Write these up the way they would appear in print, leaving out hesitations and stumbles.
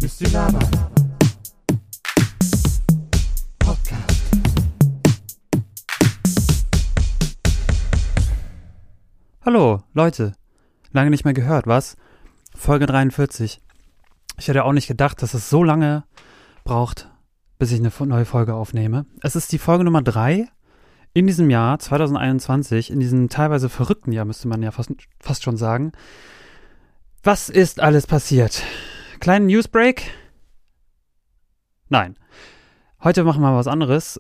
Misty Labert Podcast. Hallo, Leute. Lange nicht mehr gehört, was? Folge 43. Ich hätte auch nicht gedacht, dass es so lange braucht, bis ich eine neue Folge aufnehme. Es ist die Folge Nummer 3 in diesem Jahr 2021, in diesem teilweise verrückten Jahr, müsste man ja fast schon sagen. Was ist alles passiert? Kleinen Newsbreak? Nein. Heute machen wir was anderes.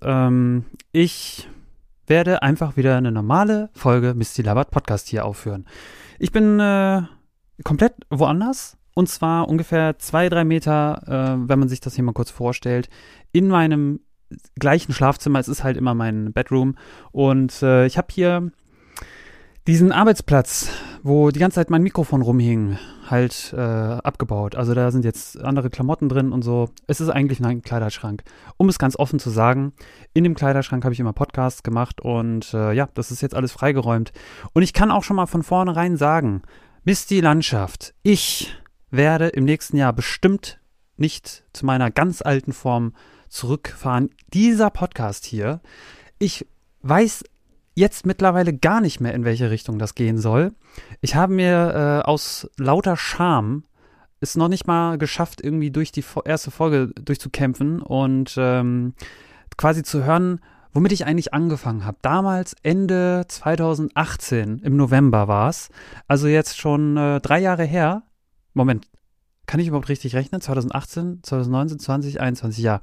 Ich werde einfach wieder eine normale Folge Misty Labert Podcast hier aufführen. Ich bin komplett woanders, und zwar ungefähr 2-3 Meter, wenn man sich das hier mal kurz vorstellt, in meinem gleichen Schlafzimmer. Es ist halt immer mein Bedroom, und ich habe hier diesen Arbeitsplatz, wo die ganze Zeit mein Mikrofon rumhing, halt abgebaut. Also da sind jetzt andere Klamotten drin und so. Es ist eigentlich ein Kleiderschrank. Um es ganz offen zu sagen, in dem Kleiderschrank habe ich immer Podcasts gemacht, und ja, das ist jetzt alles freigeräumt. Und ich kann auch schon mal von vornherein sagen, Misty Landschaft, ich werde im nächsten Jahr bestimmt nicht zu meiner ganz alten Form zurückfahren. Dieser Podcast hier, ich weiß jetzt mittlerweile gar nicht mehr, in welche Richtung das gehen soll. Ich habe mir aus lauter Scham es noch nicht mal geschafft, irgendwie durch die erste Folge durchzukämpfen und quasi zu hören, womit ich eigentlich angefangen habe. Damals Ende 2018, im November war es. Also jetzt schon 3 Jahre her. Moment, kann ich überhaupt richtig rechnen? 2018, 2019, 20, 21, ja.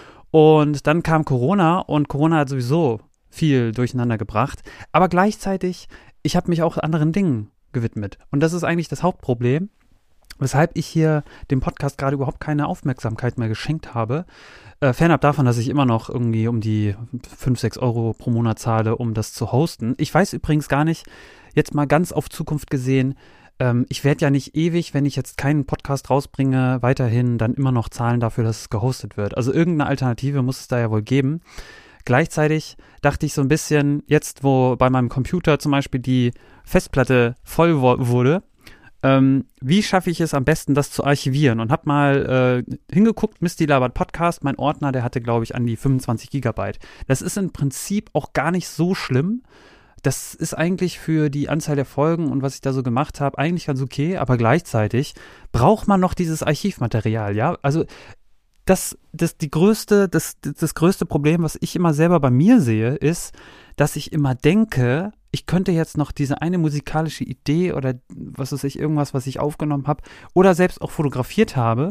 Und dann kam Corona, und Corona hat sowieso viel durcheinander gebracht, aber gleichzeitig, ich habe mich auch anderen Dingen gewidmet, und das ist eigentlich das Hauptproblem, weshalb ich hier dem Podcast gerade überhaupt keine Aufmerksamkeit mehr geschenkt habe, fernab davon, dass ich immer noch irgendwie um die 5-6 Euro pro Monat zahle, um das zu hosten. Ich weiß übrigens gar nicht, jetzt mal ganz auf Zukunft gesehen, ich werde ja nicht ewig, wenn ich jetzt keinen Podcast rausbringe, weiterhin dann immer noch zahlen dafür, dass es gehostet wird. Also irgendeine Alternative muss es da ja wohl geben. Gleichzeitig dachte ich so ein bisschen, jetzt wo bei meinem Computer zum Beispiel die Festplatte voll wurde, wie schaffe ich es am besten, das zu archivieren? Und habe mal hingeguckt, Misty Labert Podcast, mein Ordner, der hatte, glaube ich, an die 25 Gigabyte. Das ist im Prinzip auch gar nicht so schlimm. Das ist eigentlich für die Anzahl der Folgen und was ich da so gemacht habe, eigentlich ganz okay, aber gleichzeitig braucht man noch dieses Archivmaterial, ja? Also das größte Problem, was ich immer selber bei mir sehe, ist, dass ich immer denke, ich könnte jetzt noch diese eine musikalische Idee oder was weiß ich, irgendwas, was ich aufgenommen habe oder selbst auch fotografiert habe,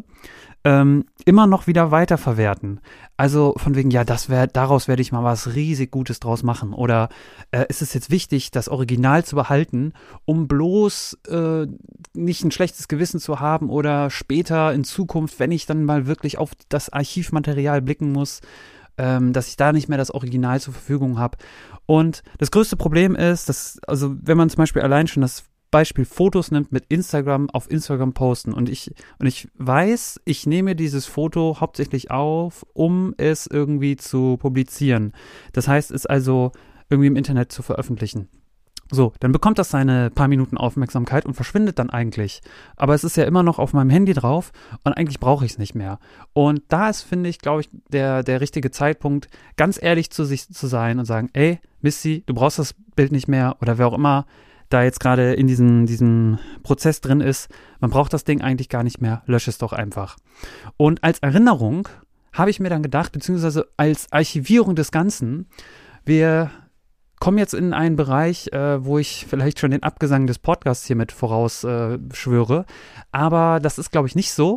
immer noch wieder weiterverwerten. Also von wegen, ja, daraus werde ich mal was riesig Gutes draus machen. Oder ist es jetzt wichtig, das Original zu behalten, um bloß nicht ein schlechtes Gewissen zu haben oder später in Zukunft, wenn ich dann mal wirklich auf das Archivmaterial blicken muss, dass ich da nicht mehr das Original zur Verfügung habe. Und das größte Problem ist, dass, also wenn man zum Beispiel allein schon das Beispiel Fotos nimmt, mit Instagram auf Instagram posten, und ich weiß, ich nehme dieses Foto hauptsächlich auf, um es irgendwie zu publizieren. Das heißt, es also irgendwie im Internet zu veröffentlichen. So, dann bekommt das seine paar Minuten Aufmerksamkeit und verschwindet dann eigentlich. Aber es ist ja immer noch auf meinem Handy drauf, und eigentlich brauche ich es nicht mehr. Und da ist, finde ich, glaube ich, der richtige Zeitpunkt, ganz ehrlich zu sich zu sein und sagen, ey, Misty, du brauchst das Bild nicht mehr, oder wer auch immer da jetzt gerade in diesem Prozess drin ist, man braucht das Ding eigentlich gar nicht mehr, lösch es doch einfach. Und als Erinnerung habe ich mir dann gedacht, beziehungsweise als Archivierung des Ganzen, wir kommen jetzt in einen Bereich, wo ich vielleicht schon den Abgesang des Podcasts hier mit vorausschwöre, aber das ist, glaube ich, nicht so.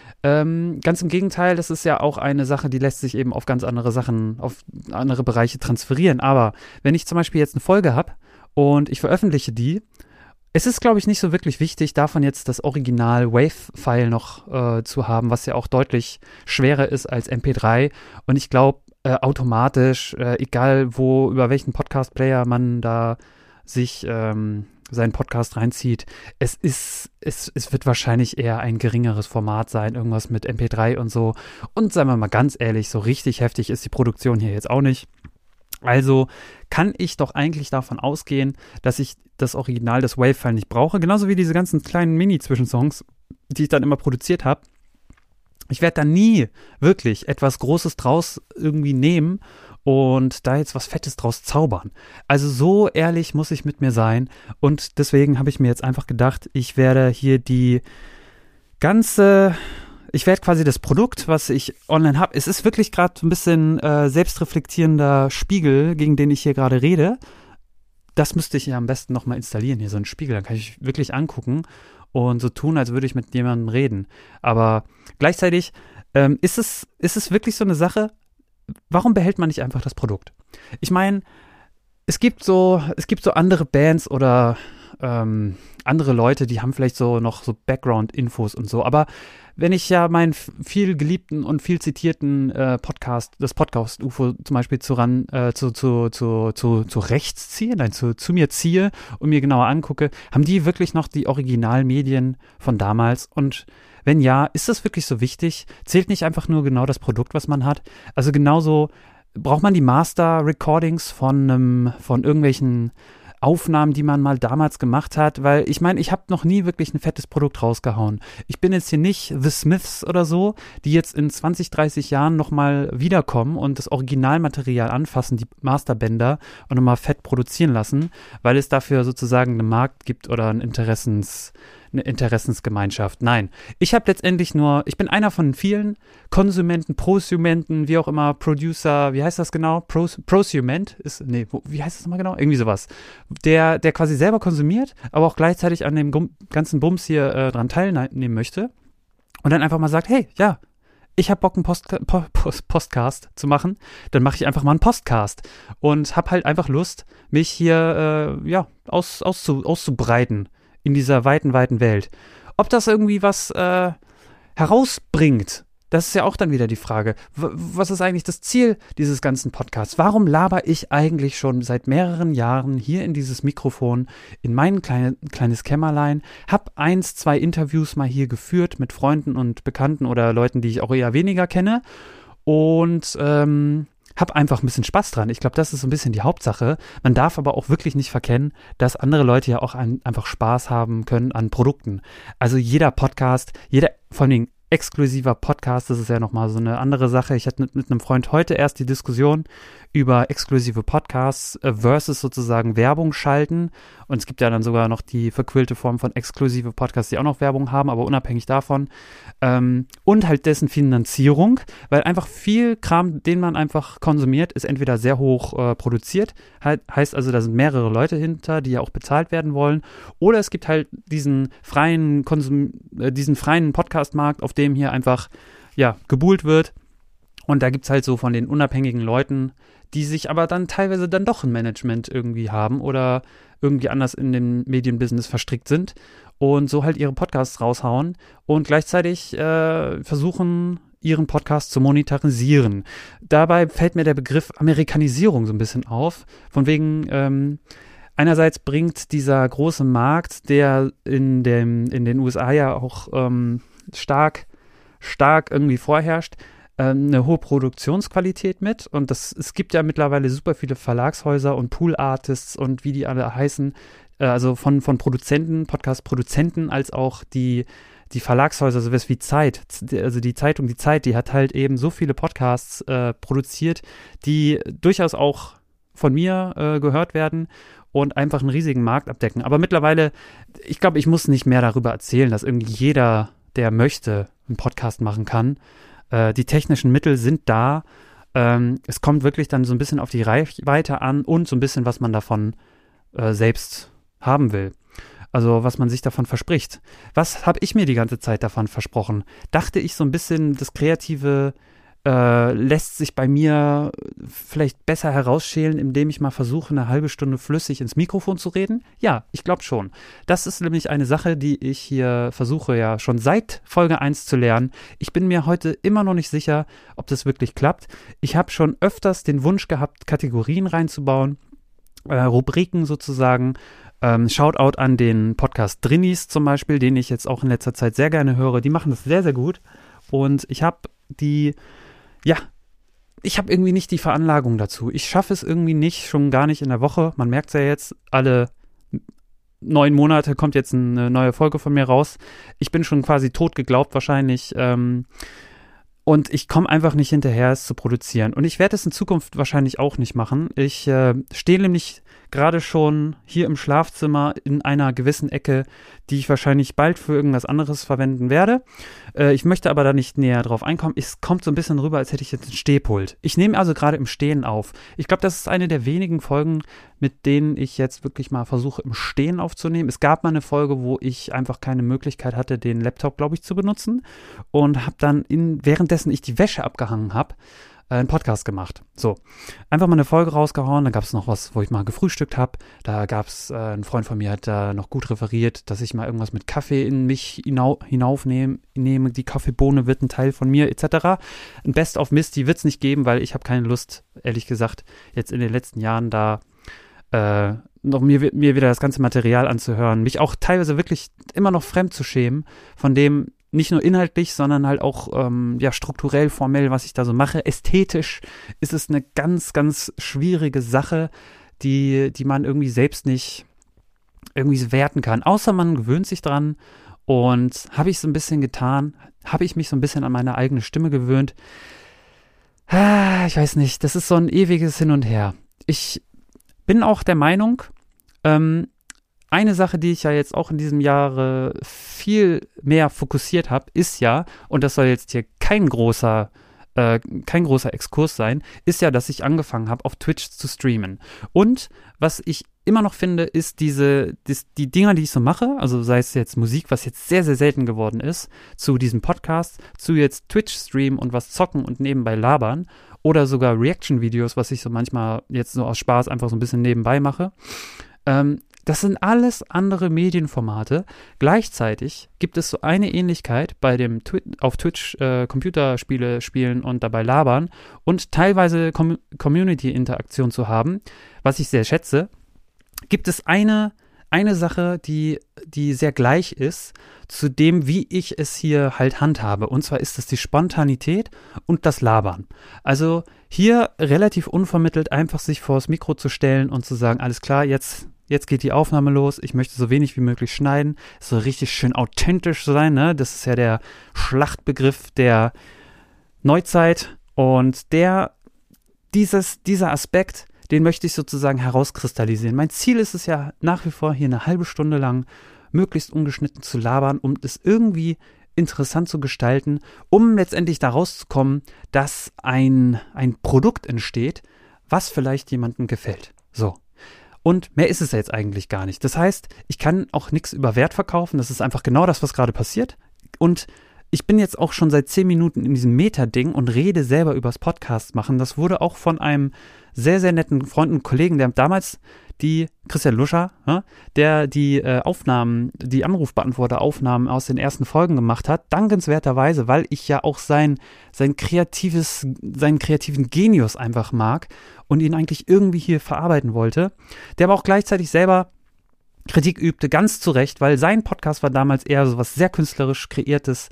Ganz im Gegenteil, das ist ja auch eine Sache, die lässt sich eben auf ganz andere Sachen, auf andere Bereiche transferieren. Aber wenn ich zum Beispiel jetzt eine Folge habe und ich veröffentliche die, es ist, glaube ich, nicht so wirklich wichtig, davon jetzt das Original-Wave-File noch zu haben, was ja auch deutlich schwerer ist als MP3. Und ich glaube, automatisch, egal über welchen Podcast-Player man da sich seinen Podcast reinzieht, es wird wahrscheinlich eher ein geringeres Format sein, irgendwas mit MP3 und so. Und seien wir mal ganz ehrlich, so richtig heftig ist die Produktion hier jetzt auch nicht. Also kann ich doch eigentlich davon ausgehen, dass ich das Original, das Wave-File nicht brauche, genauso wie diese ganzen kleinen Mini-Zwischensongs, die ich dann immer produziert habe. Ich werde da nie wirklich etwas Großes draus irgendwie nehmen und da jetzt was Fettes draus zaubern. Also so ehrlich muss ich mit mir sein und deswegen habe ich mir jetzt einfach gedacht, ich werde hier ich werde quasi das Produkt, was ich online habe, es ist wirklich gerade ein bisschen selbstreflektierender Spiegel, gegen den ich hier gerade rede. Das müsste ich ja am besten nochmal installieren, hier so einen Spiegel, dann kann ich wirklich angucken und so tun, als würde ich mit jemandem reden. Aber gleichzeitig ist es wirklich so eine Sache, warum behält man nicht einfach das Produkt? Ich meine, es gibt so andere Bands oder andere Leute, die haben vielleicht so noch so Background-Infos und so, aber wenn ich ja meinen viel geliebten und viel zitierten das Podcast-UFO zum Beispiel zu rechts ziehe, zu mir ziehe und mir genauer angucke, haben die wirklich noch die Originalmedien von damals? Und wenn ja, ist das wirklich so wichtig? Zählt nicht einfach nur genau das Produkt, was man hat? Also genauso braucht man die Master-Recordings von irgendwelchen Aufnahmen, die man mal damals gemacht hat, weil ich meine, ich habe noch nie wirklich ein fettes Produkt rausgehauen. Ich bin jetzt hier nicht The Smiths oder so, die jetzt in 20, 30 Jahren nochmal wiederkommen und das Originalmaterial anfassen, die Masterbänder und nochmal fett produzieren lassen, weil es dafür sozusagen einen Markt gibt oder eine Interessensgemeinschaft. Nein, ich bin einer von vielen Konsumenten, Prosumenten, wie auch immer, Producer, wie heißt das genau? Prosument? Wie heißt das nochmal genau? Irgendwie sowas. Der quasi selber konsumiert, aber auch gleichzeitig an dem ganzen Bums hier dran teilnehmen möchte und dann einfach mal sagt, hey, ja, ich habe Bock, einen Podcast zu machen, dann mache ich einfach mal einen Podcast und habe halt einfach Lust, mich hier auszubreiten in dieser weiten, weiten Welt. Ob das irgendwie was herausbringt, das ist ja auch dann wieder die Frage. Was ist eigentlich das Ziel dieses ganzen Podcasts? Warum laber ich eigentlich schon seit mehreren Jahren hier in dieses Mikrofon, in mein kleines Kämmerlein, hab 1, 2 Interviews mal hier geführt mit Freunden und Bekannten oder Leuten, die ich auch eher weniger kenne und hab einfach ein bisschen Spaß dran. Ich glaube, das ist so ein bisschen die Hauptsache. Man darf aber auch wirklich nicht verkennen, dass andere Leute ja auch einfach Spaß haben können an Produkten. Also jeder Podcast, vor allen Dingen exklusiver Podcast, das ist ja nochmal so eine andere Sache. Ich hatte mit einem Freund heute erst die Diskussion über exklusive Podcasts versus sozusagen Werbung schalten. Und es gibt ja dann sogar noch die verquillte Form von exklusive Podcasts, die auch noch Werbung haben, aber unabhängig davon. Und halt dessen Finanzierung, weil einfach viel Kram, den man einfach konsumiert, ist entweder sehr hoch produziert, heißt also, da sind mehrere Leute hinter, die ja auch bezahlt werden wollen, oder es gibt halt diesen freien Podcast-Markt, auf dem hier einfach, ja, gebuhlt wird. Und da gibt es halt so von den unabhängigen Leuten, die sich aber dann teilweise dann doch ein Management irgendwie haben oder irgendwie anders in dem Medienbusiness verstrickt sind und so halt ihre Podcasts raushauen und gleichzeitig versuchen, ihren Podcast zu monetarisieren. Dabei fällt mir der Begriff Amerikanisierung so ein bisschen auf, von wegen einerseits bringt dieser große Markt, der in den USA ja auch stark irgendwie vorherrscht, eine hohe Produktionsqualität mit und es gibt ja mittlerweile super viele Verlagshäuser und Pool-Artists und wie die alle heißen, also von Produzenten, Podcast-Produzenten als auch die Verlagshäuser, sowas wie Zeit, also die Zeitung Die Zeit, die hat halt eben so viele Podcasts produziert, die durchaus auch von mir gehört werden und einfach einen riesigen Markt abdecken. Aber mittlerweile, ich glaube, ich muss nicht mehr darüber erzählen, dass irgendwie jeder, der möchte, einen Podcast machen kann. Die technischen Mittel sind da. Es kommt wirklich dann so ein bisschen auf die Reichweite an und so ein bisschen, was man davon selbst haben will. Also was man sich davon verspricht. Was habe ich mir die ganze Zeit davon versprochen? Dachte ich so ein bisschen, das Kreative lässt sich bei mir vielleicht besser herausschälen, indem ich mal versuche, eine halbe Stunde flüssig ins Mikrofon zu reden? Ja, ich glaube schon. Das ist nämlich eine Sache, die ich hier versuche ja schon seit Folge 1 zu lernen. Ich bin mir heute immer noch nicht sicher, ob das wirklich klappt. Ich habe schon öfters den Wunsch gehabt, Kategorien reinzubauen, Rubriken sozusagen. Shoutout an den Podcast Drinnies zum Beispiel, den ich jetzt auch in letzter Zeit sehr gerne höre. Die machen das sehr, sehr gut. Und ich habe ich habe irgendwie nicht die Veranlagung dazu. Ich schaffe es irgendwie nicht, schon gar nicht in der Woche. Man merkt es ja jetzt, alle 9 Monate kommt jetzt eine neue Folge von mir raus. Ich bin schon quasi tot geglaubt wahrscheinlich, Und ich komme einfach nicht hinterher, es zu produzieren. Und ich werde es in Zukunft wahrscheinlich auch nicht machen. Ich stehe nämlich gerade schon hier im Schlafzimmer in einer gewissen Ecke, die ich wahrscheinlich bald für irgendwas anderes verwenden werde. Ich möchte aber da nicht näher drauf einkommen. Es kommt so ein bisschen rüber, als hätte ich jetzt ein Stehpult. Ich nehme also gerade im Stehen auf. Ich glaube, das ist eine der wenigen Folgen, mit denen ich jetzt wirklich mal versuche, im Stehen aufzunehmen. Es gab mal eine Folge, wo ich einfach keine Möglichkeit hatte, den Laptop, glaube ich, zu benutzen und habe dann währenddessen ich die Wäsche abgehangen habe, einen Podcast gemacht. So, einfach mal eine Folge rausgehauen, dann gab es noch was, wo ich mal gefrühstückt habe. Da gab es, ein Freund von mir hat da noch gut referiert, dass ich mal irgendwas mit Kaffee in mich hinaufnehme, die Kaffeebohne wird ein Teil von mir, etc. Ein Best of Misty wird es nicht geben, weil ich habe keine Lust, ehrlich gesagt, jetzt in den letzten Jahren da noch mir wieder das ganze Material anzuhören, mich auch teilweise wirklich immer noch fremd zu schämen, von dem nicht nur inhaltlich, sondern halt auch strukturell, formell, was ich da so mache. Ästhetisch ist es eine ganz, ganz schwierige Sache, die man irgendwie selbst nicht irgendwie werten kann. Außer man gewöhnt sich dran. Und habe ich so ein bisschen getan, habe ich mich so ein bisschen an meine eigene Stimme gewöhnt. Ich weiß nicht, das ist so ein ewiges Hin und Her. Ich bin auch der Meinung, eine Sache, die ich ja jetzt auch in diesem Jahre viel mehr fokussiert habe, ist ja, und das soll jetzt hier kein großer Exkurs sein, ist ja, dass ich angefangen habe, auf Twitch zu streamen. Und was ich immer noch finde, ist die Dinger, die ich so mache, also sei es jetzt Musik, was jetzt sehr, sehr selten geworden ist, zu diesem Podcast, zu jetzt Twitch-Stream und was zocken und nebenbei labern oder sogar Reaction-Videos, was ich so manchmal jetzt so aus Spaß einfach so ein bisschen nebenbei mache. Das sind alles andere Medienformate. Gleichzeitig gibt es so eine Ähnlichkeit bei dem auf Twitch Computerspiele spielen und dabei labern und teilweise Community-Interaktion zu haben, was ich sehr schätze. Gibt es eine Sache, die sehr gleich ist zu dem, wie ich es hier halt handhabe. Und zwar ist es die Spontanität und das Labern. Also hier relativ unvermittelt einfach sich vors Mikro zu stellen und zu sagen, alles klar, jetzt geht die Aufnahme los, ich möchte so wenig wie möglich schneiden, so richtig schön authentisch sein, ne? Das ist ja der Schlachtbegriff der Neuzeit und dieser Aspekt, den möchte ich sozusagen herauskristallisieren. Mein Ziel ist es ja nach wie vor, hier eine halbe Stunde lang möglichst ungeschnitten zu labern, um es irgendwie interessant zu gestalten, um letztendlich da rauszukommen, dass ein Produkt entsteht, was vielleicht jemandem gefällt. So. Und mehr ist es ja jetzt eigentlich gar nicht. Das heißt, ich kann auch nichts über Wert verkaufen. Das ist einfach genau das, was gerade passiert. Und ich bin jetzt auch schon seit 10 Minuten in diesem Meta-Ding und rede selber übers Podcast machen. Das wurde auch von einem sehr, sehr netten Freund und Kollegen, der damals Christian Luscher, der die Anrufbeantworter-Aufnahmen aus den ersten Folgen gemacht hat, dankenswerterweise, weil ich ja auch seinen kreativen Genius einfach mag und ihn eigentlich irgendwie hier verarbeiten wollte, der aber auch gleichzeitig selber Kritik übte, ganz zu Recht, weil sein Podcast war damals eher so was sehr künstlerisch Kreiertes,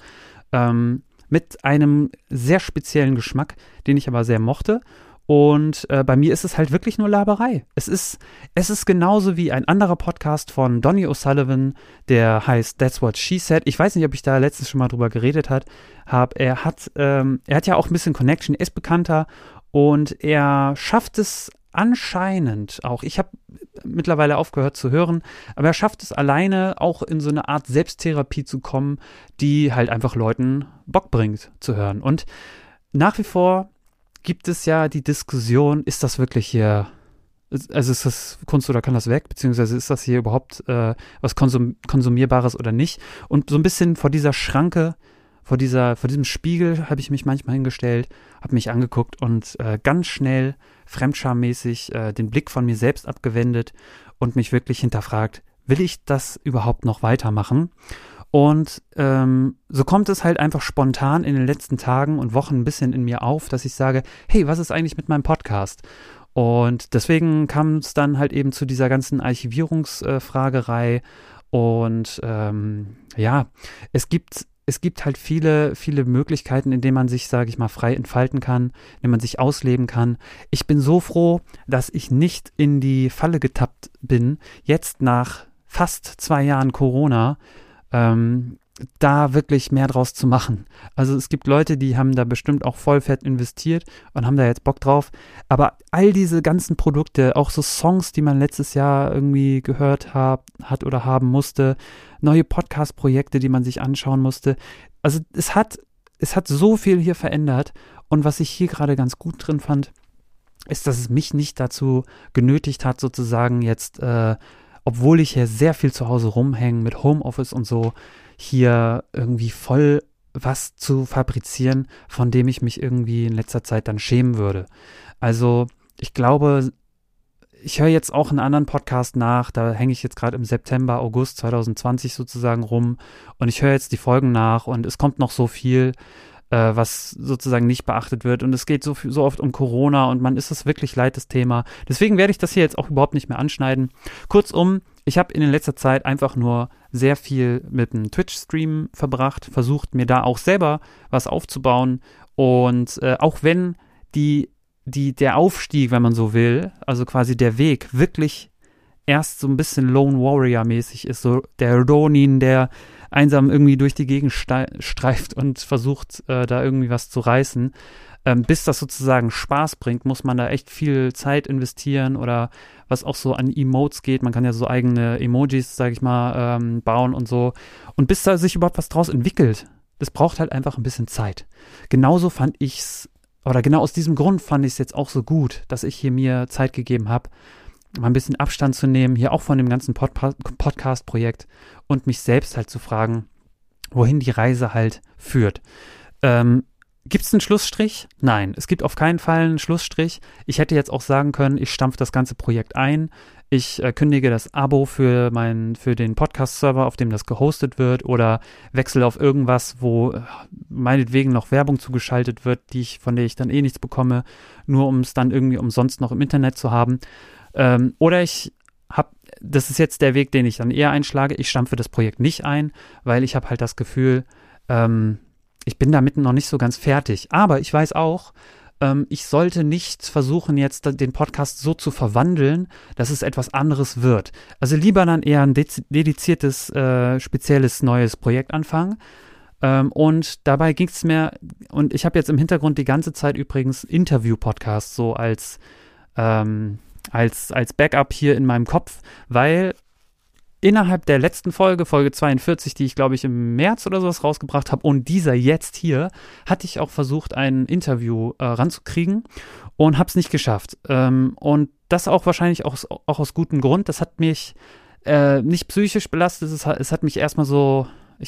mit einem sehr speziellen Geschmack, den ich aber sehr mochte. Und bei mir ist es halt wirklich nur Laberei. Es ist genauso wie ein anderer Podcast von Donny O'Sullivan, der heißt That's What She Said. Ich weiß nicht, ob ich da letztens schon mal drüber geredet habe. Er hat ja auch ein bisschen Connection, er ist bekannter und er schafft es anscheinend auch, ich habe mittlerweile aufgehört zu hören, aber er schafft es alleine auch in so eine Art Selbsttherapie zu kommen, die halt einfach Leuten Bock bringt zu hören. Und nach wie vor gibt es ja die Diskussion, ist das wirklich hier, also ist das Kunst oder kann das weg, beziehungsweise ist das hier überhaupt was Konsumierbares oder nicht? Und so ein bisschen vor dieser Schranke, vor diesem Spiegel habe ich mich manchmal hingestellt, habe mich angeguckt und ganz schnell fremdschammäßig den Blick von mir selbst abgewendet und mich wirklich hinterfragt, will ich das überhaupt noch weitermachen? Und so kommt es halt einfach spontan in den letzten Tagen und Wochen ein bisschen in mir auf, dass ich sage, hey, was ist eigentlich mit meinem Podcast? Und deswegen kam es dann halt eben zu dieser ganzen Archivierungsfragerei. Und es gibt halt viele, viele Möglichkeiten, in denen man sich, sage ich mal, frei entfalten kann, in denen man sich ausleben kann. Ich bin so froh, dass ich nicht in die Falle getappt bin, jetzt nach fast 2 Jahren Corona, da wirklich mehr draus zu machen. Also es gibt Leute, die haben da bestimmt auch voll fett investiert und haben da jetzt Bock drauf. Aber all diese ganzen Produkte, auch so Songs, die man letztes Jahr irgendwie gehört hat oder haben musste, neue Podcast-Projekte, die man sich anschauen musste. Also es hat so viel hier verändert. Und was ich hier gerade ganz gut drin fand, ist, dass es mich nicht dazu genötigt hat, sozusagen jetzt, obwohl ich hier sehr viel zu Hause rumhänge mit Homeoffice und so, hier irgendwie voll was zu fabrizieren, von dem ich mich irgendwie in letzter Zeit dann schämen würde. Also ich glaube, ich höre jetzt auch einen anderen Podcast nach, da hänge ich jetzt gerade im September, August 2020 sozusagen rum und ich höre jetzt die Folgen nach und es kommt noch so viel, was sozusagen nicht beachtet wird und es geht so oft um Corona und man ist es wirklich leid, das Thema. Deswegen werde ich das hier jetzt auch überhaupt nicht mehr anschneiden. Kurzum, ich habe in letzter Zeit einfach nur sehr viel mit einem Twitch-Stream verbracht, versucht mir da auch selber was aufzubauen und auch wenn der Aufstieg, wenn man so will, also quasi der Weg wirklich erst so ein bisschen Lone Warrior-mäßig ist, so der Ronin, der einsam irgendwie durch die Gegend streift und versucht, da irgendwie was zu reißen. Bis das sozusagen Spaß bringt, muss man da echt viel Zeit investieren oder was auch so an Emotes geht. Man kann ja so eigene Emojis, sag ich mal, bauen und so. Und bis da sich überhaupt was draus entwickelt, das braucht halt einfach ein bisschen Zeit. Genauso fand ich's, oder genau aus diesem Grund fand ich es jetzt auch so gut, dass ich hier mir Zeit gegeben habe, mal ein bisschen Abstand zu nehmen, hier auch von dem ganzen Podcast-Projekt und mich selbst halt zu fragen, wohin die Reise halt führt. Gibt es einen Schlussstrich? Nein, es gibt auf keinen Fall einen Schlussstrich. Ich hätte jetzt auch sagen können, ich stampfe das ganze Projekt ein. Ich kündige das Abo für den Podcast-Server, auf dem das gehostet wird oder wechsle auf irgendwas, wo meinetwegen noch Werbung zugeschaltet wird, von der ich dann eh nichts bekomme, nur um es dann irgendwie umsonst noch im Internet zu haben. Oder das ist jetzt der Weg, den ich dann eher einschlage, ich stampfe das Projekt nicht ein, weil ich habe halt das Gefühl, ich bin damit noch nicht so ganz fertig. Aber ich weiß auch, ich sollte nicht versuchen, jetzt den Podcast so zu verwandeln, dass es etwas anderes wird. Also lieber dann eher ein dediziertes, spezielles neues Projekt anfangen. Und dabei ging es mir, und ich habe jetzt im Hintergrund die ganze Zeit übrigens Interview-Podcasts so als Backup hier in meinem Kopf, weil innerhalb der letzten Folge 42, die ich glaube ich im März oder sowas rausgebracht habe und dieser jetzt hier, hatte ich auch versucht, ein Interview ranzukriegen und habe es nicht geschafft. Und das auch wahrscheinlich auch aus gutem Grund. Das hat mich nicht psychisch belastet, es hat mich erstmal so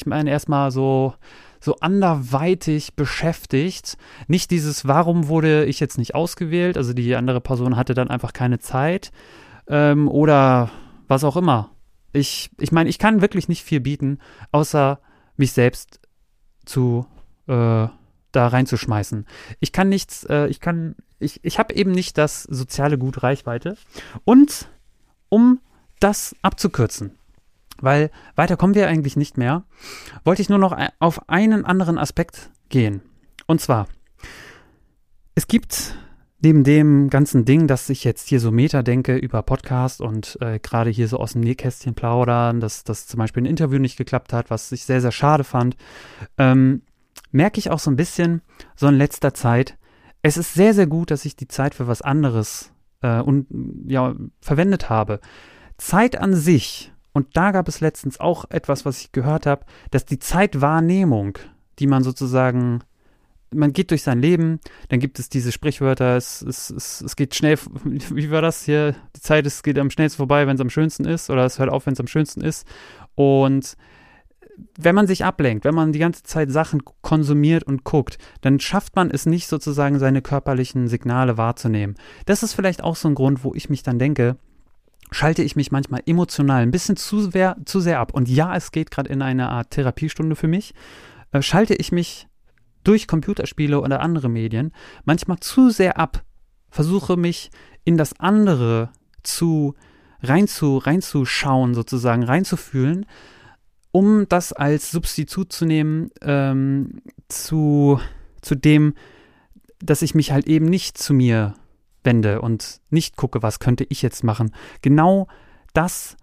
anderweitig beschäftigt. Nicht dieses, warum wurde ich jetzt nicht ausgewählt? Also die andere Person hatte dann einfach keine Zeit oder was auch immer. Ich meine, ich kann wirklich nicht viel bieten, außer mich selbst da reinzuschmeißen. Ich kann nichts, ich habe eben nicht das soziale Gut Reichweite. Und um das abzukürzen, weil weiter kommen wir eigentlich nicht mehr, wollte ich nur noch auf einen anderen Aspekt gehen. Und zwar, es gibt neben dem ganzen Ding, dass ich jetzt hier so Meta denke über Podcast und gerade hier so aus dem Nähkästchen plaudern, dass zum Beispiel ein Interview nicht geklappt hat, was ich sehr, sehr schade fand, merke ich auch so ein bisschen so in letzter Zeit, es ist sehr, sehr gut, dass ich die Zeit für was anderes verwendet habe. Zeit an sich, und da gab es letztens auch etwas, was ich gehört habe, dass die Zeitwahrnehmung, die man sozusagen, man geht durch sein Leben, dann gibt es diese Sprichwörter, es geht schnell, wie war das hier, die Zeit, es geht am schnellsten vorbei, wenn es am schönsten ist, oder es hört auf, wenn es am schönsten ist. Und wenn man sich ablenkt, wenn man die ganze Zeit Sachen konsumiert und guckt, dann schafft man es nicht sozusagen, seine körperlichen Signale wahrzunehmen. Das ist vielleicht auch so ein Grund, wo ich mich dann denke, schalte ich mich manchmal emotional ein bisschen zu sehr ab. Und ja, es geht gerade in eine Art Therapiestunde für mich. Schalte ich mich durch Computerspiele oder andere Medien manchmal zu sehr ab. Versuche mich in das andere reinzuschauen, sozusagen reinzufühlen, um das als Substitut zu nehmen zu dem, dass ich mich halt eben nicht zu mir wende und nicht gucke, was könnte ich jetzt machen. Genau das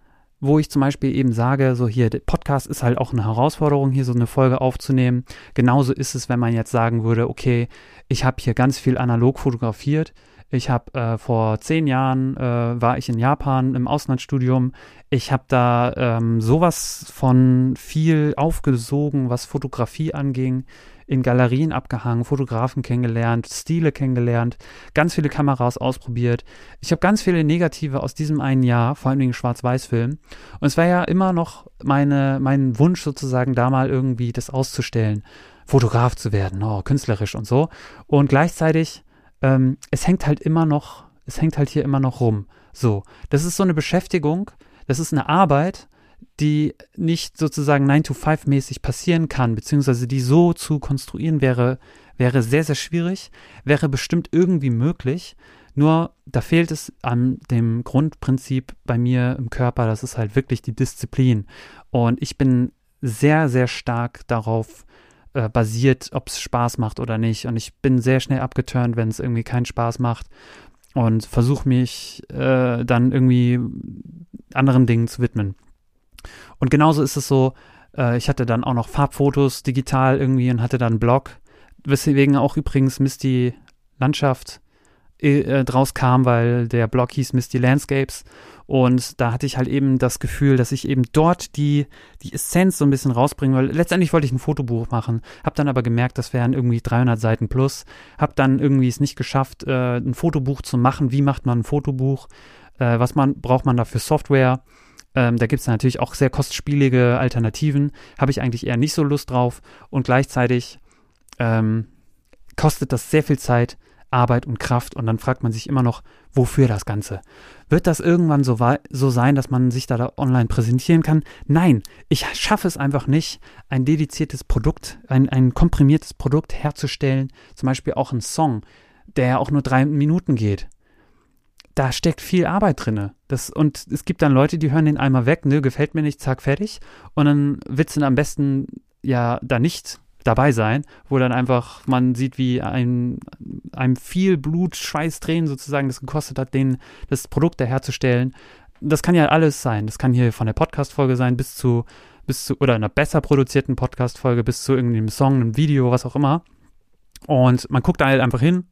wo ich zum Beispiel eben sage, so hier, der Podcast ist halt auch eine Herausforderung, hier so eine Folge aufzunehmen. Genauso ist es, wenn man jetzt sagen würde, okay, ich habe hier ganz viel analog fotografiert. Ich habe vor 10 Jahren war ich in Japan im Auslandsstudium. Ich habe da sowas von viel aufgesogen, was Fotografie anging, in Galerien abgehangen, Fotografen kennengelernt, Stile kennengelernt, ganz viele Kameras ausprobiert. Ich habe ganz viele Negative aus diesem einen Jahr, vor allem den Schwarz-Weiß-Film. Und es war ja immer noch mein Wunsch sozusagen, da mal irgendwie das auszustellen, Fotograf zu werden, künstlerisch und so. Und gleichzeitig es hängt halt hier immer noch rum. So, das ist so eine Beschäftigung, das ist eine Arbeit, die nicht sozusagen 9-to-5-mäßig passieren kann, beziehungsweise die so zu konstruieren wäre sehr, sehr schwierig, wäre bestimmt irgendwie möglich, nur da fehlt es an dem Grundprinzip bei mir im Körper, das ist halt wirklich die Disziplin. Und ich bin sehr, sehr stark darauf basiert, ob es Spaß macht oder nicht. Und ich bin sehr schnell abgeturnt, wenn es irgendwie keinen Spaß macht und versuche mich dann irgendwie anderen Dingen zu widmen. Und genauso ist es so, ich hatte dann auch noch Farbfotos digital irgendwie und hatte dann einen Blog, weswegen auch übrigens Misty Landschaft draus kam, weil der Blog hieß Misty Landscapes und da hatte ich halt eben das Gefühl, dass ich eben dort die Essenz so ein bisschen rausbringe, weil letztendlich wollte ich ein Fotobuch machen, habe dann aber gemerkt, das wären irgendwie 300 Seiten plus, habe dann irgendwie es nicht geschafft, ein Fotobuch zu machen. Wie macht man ein Fotobuch? Braucht man dafür Software? Da gibt es natürlich auch sehr kostspielige Alternativen, habe ich eigentlich eher nicht so Lust drauf und gleichzeitig kostet das sehr viel Zeit, Arbeit und Kraft und dann fragt man sich immer noch, wofür das Ganze? Wird das irgendwann so sein, dass man sich da online präsentieren kann? Nein, ich schaffe es einfach nicht, ein dediziertes Produkt, ein komprimiertes Produkt herzustellen, zum Beispiel auch ein Song, der ja auch nur 3 Minuten geht. Da steckt viel Arbeit drin. Und es gibt dann Leute, die hören den einmal weg, ne, gefällt mir nicht, zack, fertig. Und dann wird es am besten ja da nicht dabei sein, wo dann einfach man sieht, wie einem viel Blut, Schweiß, Tränen sozusagen das gekostet hat, das Produkt da herzustellen. Das kann ja alles sein. Das kann hier von der Podcast-Folge sein bis zu oder einer besser produzierten Podcast-Folge bis zu irgendeinem Song, einem Video, was auch immer. Und man guckt da halt einfach hin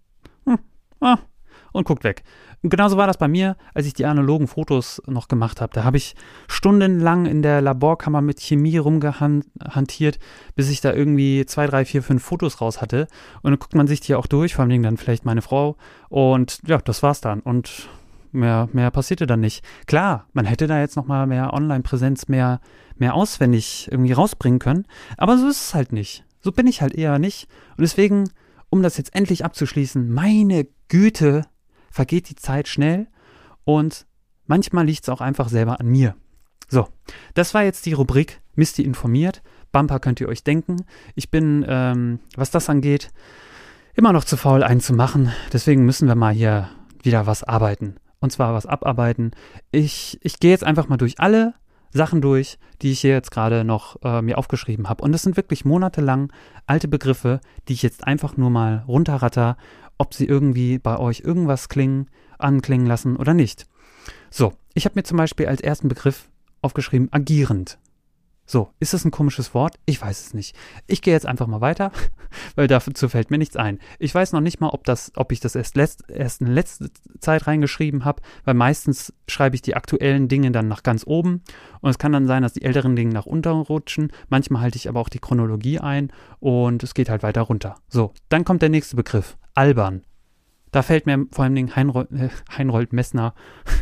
und guckt weg. Und genauso war das bei mir, als ich die analogen Fotos noch gemacht habe. Da habe ich stundenlang in der Laborkammer mit Chemie rumgehantiert, bis ich da irgendwie 2, 3, 4, 5 Fotos raus hatte. Und dann guckt man sich die auch durch, vor allem dann vielleicht meine Frau. Und ja, das war's dann. Und mehr passierte dann nicht. Klar, man hätte da jetzt nochmal mehr Online-Präsenz, mehr auswendig irgendwie rausbringen können. Aber so ist es halt nicht. So bin ich halt eher nicht. Und deswegen, um das jetzt endlich abzuschließen, meine Güte, vergeht die Zeit schnell und manchmal liegt es auch einfach selber an mir. So, das war jetzt die Rubrik Misty informiert. Bumper könnt ihr euch denken. Ich bin, was das angeht, immer noch zu faul, einen zu machen. Deswegen müssen wir mal hier wieder was arbeiten. Und zwar was abarbeiten. Ich gehe jetzt einfach mal durch alle Sachen durch, die ich hier jetzt gerade noch mir aufgeschrieben habe. Und das sind wirklich monatelang alte Begriffe, die ich jetzt einfach nur mal runterratter, ob sie irgendwie bei euch irgendwas anklingen lassen oder nicht. So, ich habe mir zum Beispiel als ersten Begriff aufgeschrieben, agierend. So, ist das ein komisches Wort? Ich weiß es nicht. Ich gehe jetzt einfach mal weiter, weil dazu fällt mir nichts ein. Ich weiß noch nicht mal, ob ich das erst in letzter Zeit reingeschrieben habe, weil meistens schreibe ich die aktuellen Dinge dann nach ganz oben und es kann dann sein, dass die älteren Dinge nach unten rutschen. Manchmal halte ich aber auch die Chronologie ein und es geht halt weiter runter. So, dann kommt der nächste Begriff, albern. Da fällt mir vor allem Heinrold Messner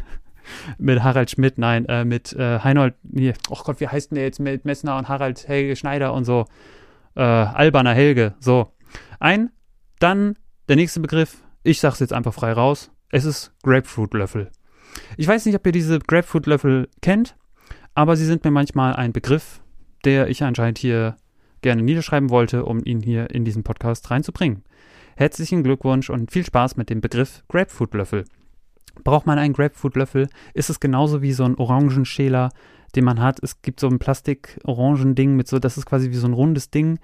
mit Harald Schmidt, mit Heinold, oh Gott, wie heißt denn der jetzt mit Messner und Harald Helge Schneider und so, alberner Helge, so. Dann der nächste Begriff, ich sag's jetzt einfach frei raus, es ist Grapefruitlöffel. Ich weiß nicht, ob ihr diese Grapefruitlöffel kennt, aber sie sind mir manchmal ein Begriff, der ich anscheinend hier gerne niederschreiben wollte, um ihn hier in diesen Podcast reinzubringen. Herzlichen Glückwunsch und viel Spaß mit dem Begriff Grapefruitlöffel. Braucht man einen Grapefruitlöffel? Ist es genauso wie so ein Orangenschäler, den man hat? Es gibt so ein Plastik-Orangending mit so, das ist quasi wie so ein rundes Ding,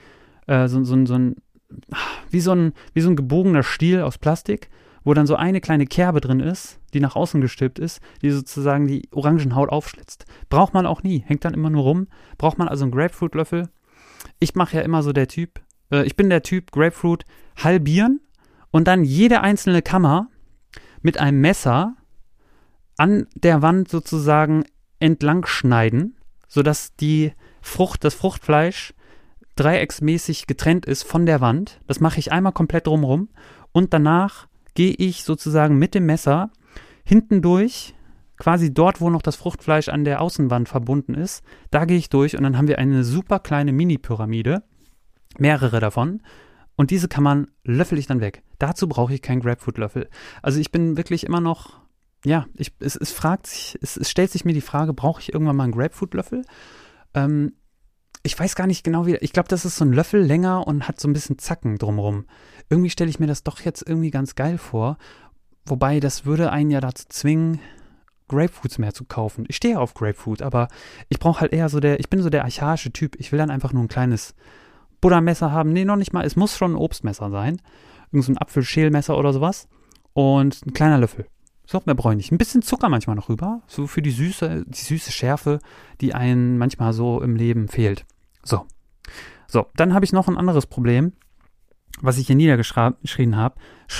wie so ein gebogener Stiel aus Plastik, wo dann so eine kleine Kerbe drin ist, die nach außen gestülpt ist, die sozusagen die Orangenhaut aufschlitzt. Braucht man auch nie, hängt dann immer nur rum. Braucht man also einen Grapefruit-Löffel? Ich mache ja immer so ich bin der Typ Grapefruit halbieren und dann jede einzelne Kammer mit einem Messer an der Wand sozusagen entlang schneiden, sodass das Fruchtfleisch dreiecksmäßig getrennt ist von der Wand. Das mache ich einmal komplett drumherum und danach gehe ich sozusagen mit dem Messer hinten durch, quasi dort, wo noch das Fruchtfleisch an der Außenwand verbunden ist. Da gehe ich durch und dann haben wir eine super kleine Mini-Pyramide, mehrere davon. Und diese löffel ich dann weg. Dazu brauche ich keinen Grapefruit-Löffel. Also ich bin wirklich immer noch, ja, es stellt sich mir die Frage, brauche ich irgendwann mal einen Grapefruit-Löffel? Ich weiß gar nicht genau, ich glaube, das ist so ein Löffel länger und hat so ein bisschen Zacken drumrum. Irgendwie stelle ich mir das doch jetzt irgendwie ganz geil vor. Wobei, das würde einen ja dazu zwingen, Grapefruits mehr zu kaufen. Ich stehe auf Grapefruit, aber ich brauche halt eher ich bin so der archaische Typ. Ich will dann einfach nur ein kleines Buttermesser haben. Nee, noch nicht mal. Es muss schon ein Obstmesser sein. Irgend so ein Apfelschälmesser oder sowas. Und ein kleiner Löffel. So, mehr brauche ich nicht. Ein bisschen Zucker manchmal noch rüber. So für die süße Schärfe, die einem manchmal so im Leben fehlt. So, dann habe ich noch ein anderes Problem, was ich hier niedergeschrieben habe,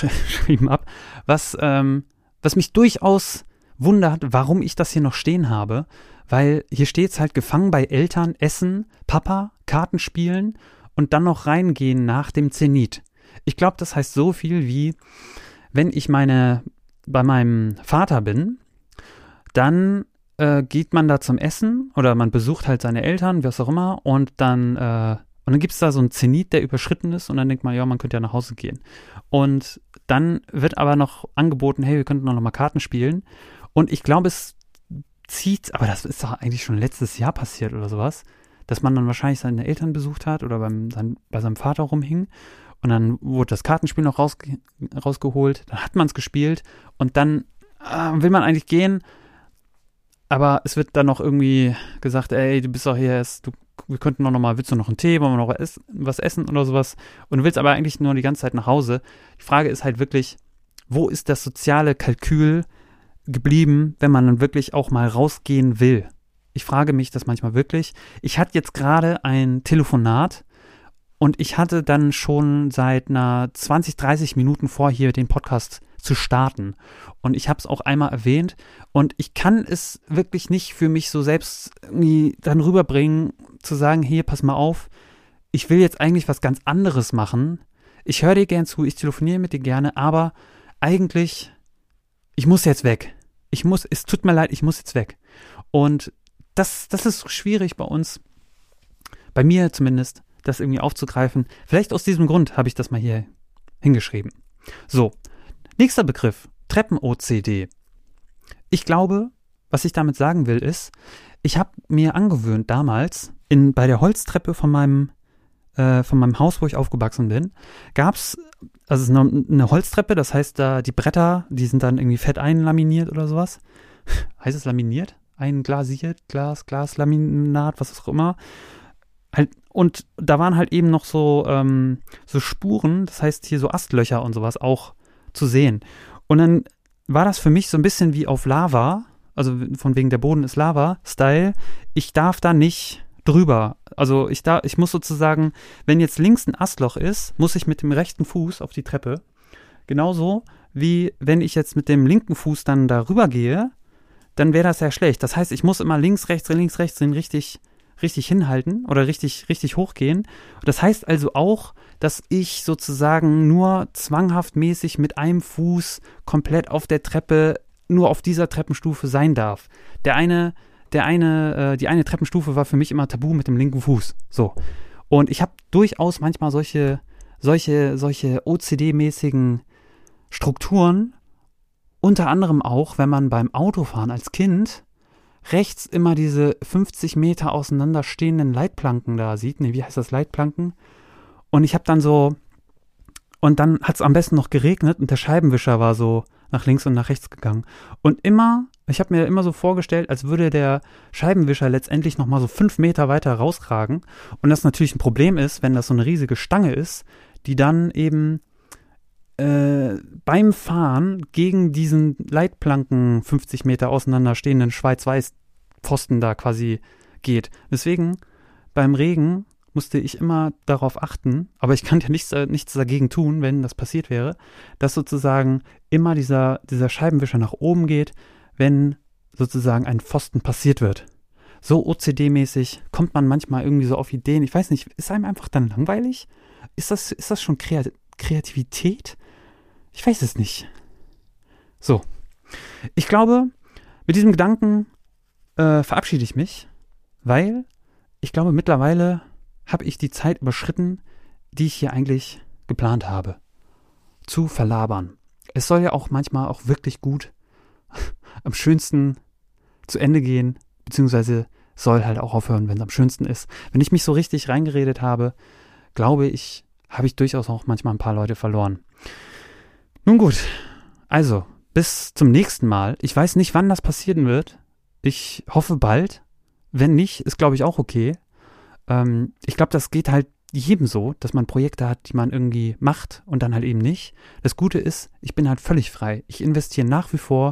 was mich durchaus wundert, warum ich das hier noch stehen habe, weil hier steht es halt gefangen bei Eltern, Essen, Papa, Karten spielen und dann noch reingehen nach dem Zenit. Ich glaube, das heißt so viel wie, wenn ich bei meinem Vater bin, dann geht man da zum Essen oder man besucht halt seine Eltern, was auch immer, und dann gibt es da so einen Zenit, der überschritten ist und dann denkt man, ja, man könnte ja nach Hause gehen. Und dann wird aber noch angeboten, hey, wir könnten noch mal Karten spielen. Und ich glaube, es zieht, aber das ist doch eigentlich schon letztes Jahr passiert oder sowas, dass man dann wahrscheinlich seine Eltern besucht hat oder bei seinem Vater rumhing. Und dann wurde das Kartenspiel noch rausgeholt, dann hat man es gespielt und dann will man eigentlich gehen, aber es wird dann noch irgendwie gesagt, ey, du bist doch hier, wir könnten noch mal, willst du noch einen Tee, wollen wir noch was essen oder sowas? Und du willst aber eigentlich nur die ganze Zeit nach Hause. Die Frage ist halt wirklich, wo ist das soziale Kalkül geblieben, wenn man dann wirklich auch mal rausgehen will? Ich frage mich das manchmal wirklich. Ich hatte jetzt gerade ein Telefonat und ich hatte dann schon seit 20, 30 Minuten vor, hier den Podcast zu starten. Und ich habe es auch einmal erwähnt und ich kann es wirklich nicht für mich so selbst irgendwie dann rüberbringen, zu sagen, hier, pass mal auf, ich will jetzt eigentlich was ganz anderes machen. Ich höre dir gern zu, ich telefoniere mit dir gerne, aber eigentlich, ich muss jetzt weg. Es tut mir leid, ich muss jetzt weg. Und das ist schwierig bei uns, bei mir zumindest, das irgendwie aufzugreifen. Vielleicht aus diesem Grund habe ich das mal hier hingeschrieben. So, nächster Begriff, Treppen-OCD. Ich glaube, was ich damit sagen will, ist, ich habe mir angewöhnt damals, bei der Holztreppe von meinem Haus, wo ich aufgewachsen bin, gab es, also es ist eine Holztreppe, das heißt, da die Bretter, die sind dann irgendwie fett einlaminiert oder sowas. Heißt es laminiert? Einglasiert, Glaslaminat, was auch immer. Halt, und da waren halt eben noch so Spuren, das heißt hier so Astlöcher und sowas auch zu sehen. Und dann war das für mich so ein bisschen wie auf Lava, also von wegen der Boden ist Lava-Style. Ich darf da nicht drüber. Also ich muss sozusagen, wenn jetzt links ein Astloch ist, muss ich mit dem rechten Fuß auf die Treppe. Genauso wie wenn ich jetzt mit dem linken Fuß dann da rüber gehe, dann wäre das ja schlecht. Das heißt, ich muss immer links, rechts richtig hinhalten oder richtig hochgehen. Das heißt also auch, dass ich sozusagen nur zwanghaft mäßig mit einem Fuß komplett auf der Treppe, nur auf dieser Treppenstufe sein darf. Die eine Treppenstufe war für mich immer tabu mit dem linken Fuß. So. Und ich habe durchaus manchmal solche OCD-mäßigen Strukturen, unter anderem auch, wenn man beim Autofahren als Kind rechts immer diese 50 Meter auseinander stehenden Leitplanken da sieht. Nee, wie heißt das, Leitplanken? Und ich habe dann und dann hat es am besten noch geregnet und der Scheibenwischer war so nach links und nach rechts gegangen. Und ich habe mir immer so vorgestellt, als würde der Scheibenwischer letztendlich nochmal so 5 Meter weiter rausragen. Und das natürlich ein Problem ist, wenn das so eine riesige Stange ist, die dann eben beim Fahren gegen diesen Leitplanken 50 Meter auseinander stehenden Schwarz-Weiß-Pfosten da quasi geht. Deswegen beim Regen musste ich immer darauf achten, aber ich kann ja nichts dagegen tun, wenn das passiert wäre, dass sozusagen immer dieser Scheibenwischer nach oben geht, wenn sozusagen ein Pfosten passiert wird. So OCD-mäßig kommt man manchmal irgendwie so auf Ideen. Ich weiß nicht, ist einem einfach dann langweilig? Ist das schon Kreativität? Ich weiß es nicht. So, ich glaube, mit diesem Gedanken verabschiede ich mich, weil ich glaube, mittlerweile habe ich die Zeit überschritten, die ich hier eigentlich geplant habe, zu verlabern. Es soll ja auch manchmal auch wirklich gut am schönsten zu Ende gehen, beziehungsweise soll halt auch aufhören, wenn es am schönsten ist. Wenn ich mich so richtig reingeredet habe, glaube ich, habe ich durchaus auch manchmal ein paar Leute verloren. Nun gut, also bis zum nächsten Mal. Ich weiß nicht, wann das passieren wird. Ich hoffe bald. Wenn nicht, ist glaube ich auch okay. Ich glaube, das geht halt jedem so, dass man Projekte hat, die man irgendwie macht und dann halt eben nicht. Das Gute ist, ich bin halt völlig frei. Ich investiere nach wie vor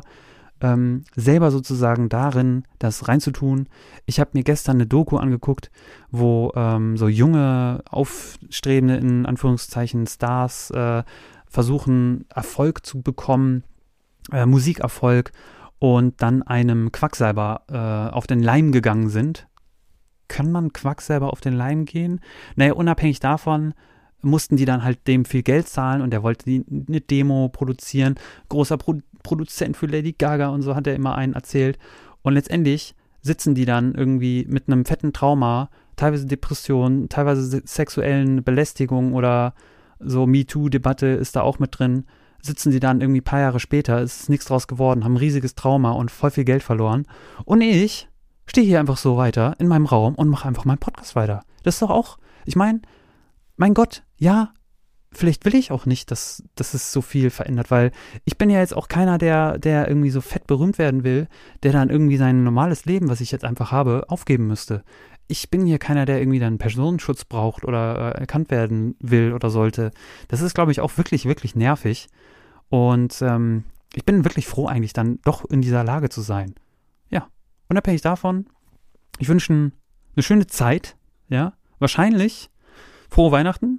selber sozusagen darin, das reinzutun. Ich habe mir gestern eine Doku angeguckt, wo so junge, aufstrebende, in Anführungszeichen, Stars versuchen, Erfolg zu bekommen, Musikerfolg, und dann einem Quacksalber auf den Leim gegangen sind. Kann man Quacksalber auf den Leim gehen? Naja, unabhängig davon mussten die dann halt dem viel Geld zahlen und der wollte eine Demo produzieren. Großer Produzent für Lady Gaga und so, hat er immer einen erzählt. Und letztendlich sitzen die dann irgendwie mit einem fetten Trauma, teilweise Depressionen, teilweise sexuellen Belästigungen oder so MeToo-Debatte ist da auch mit drin. Sitzen die dann irgendwie ein paar Jahre später, ist nichts draus geworden, haben ein riesiges Trauma und voll viel Geld verloren. Und ich stehe hier einfach so weiter in meinem Raum und mache einfach meinen Podcast weiter. Das ist doch auch, ich meine, mein Gott, ja, vielleicht will ich auch nicht, dass es so viel verändert, weil ich bin ja jetzt auch keiner, der irgendwie so fett berühmt werden will, der dann irgendwie sein normales Leben, was ich jetzt einfach habe, aufgeben müsste. Ich bin hier keiner, der irgendwie dann Personenschutz braucht oder erkannt werden will oder sollte. Das ist, glaube ich, auch wirklich, wirklich nervig. Und ich bin wirklich froh, eigentlich dann doch in dieser Lage zu sein. Ja, unabhängig davon, ich wünsche eine schöne Zeit, ja, wahrscheinlich frohe Weihnachten.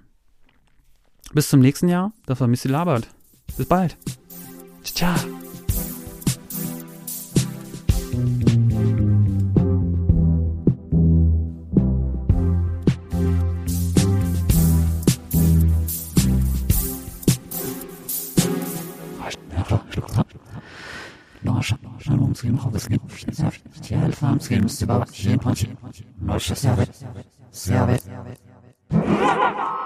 Bis zum nächsten Jahr. Das war Misty Labert. Bis bald. Ciao. Servet.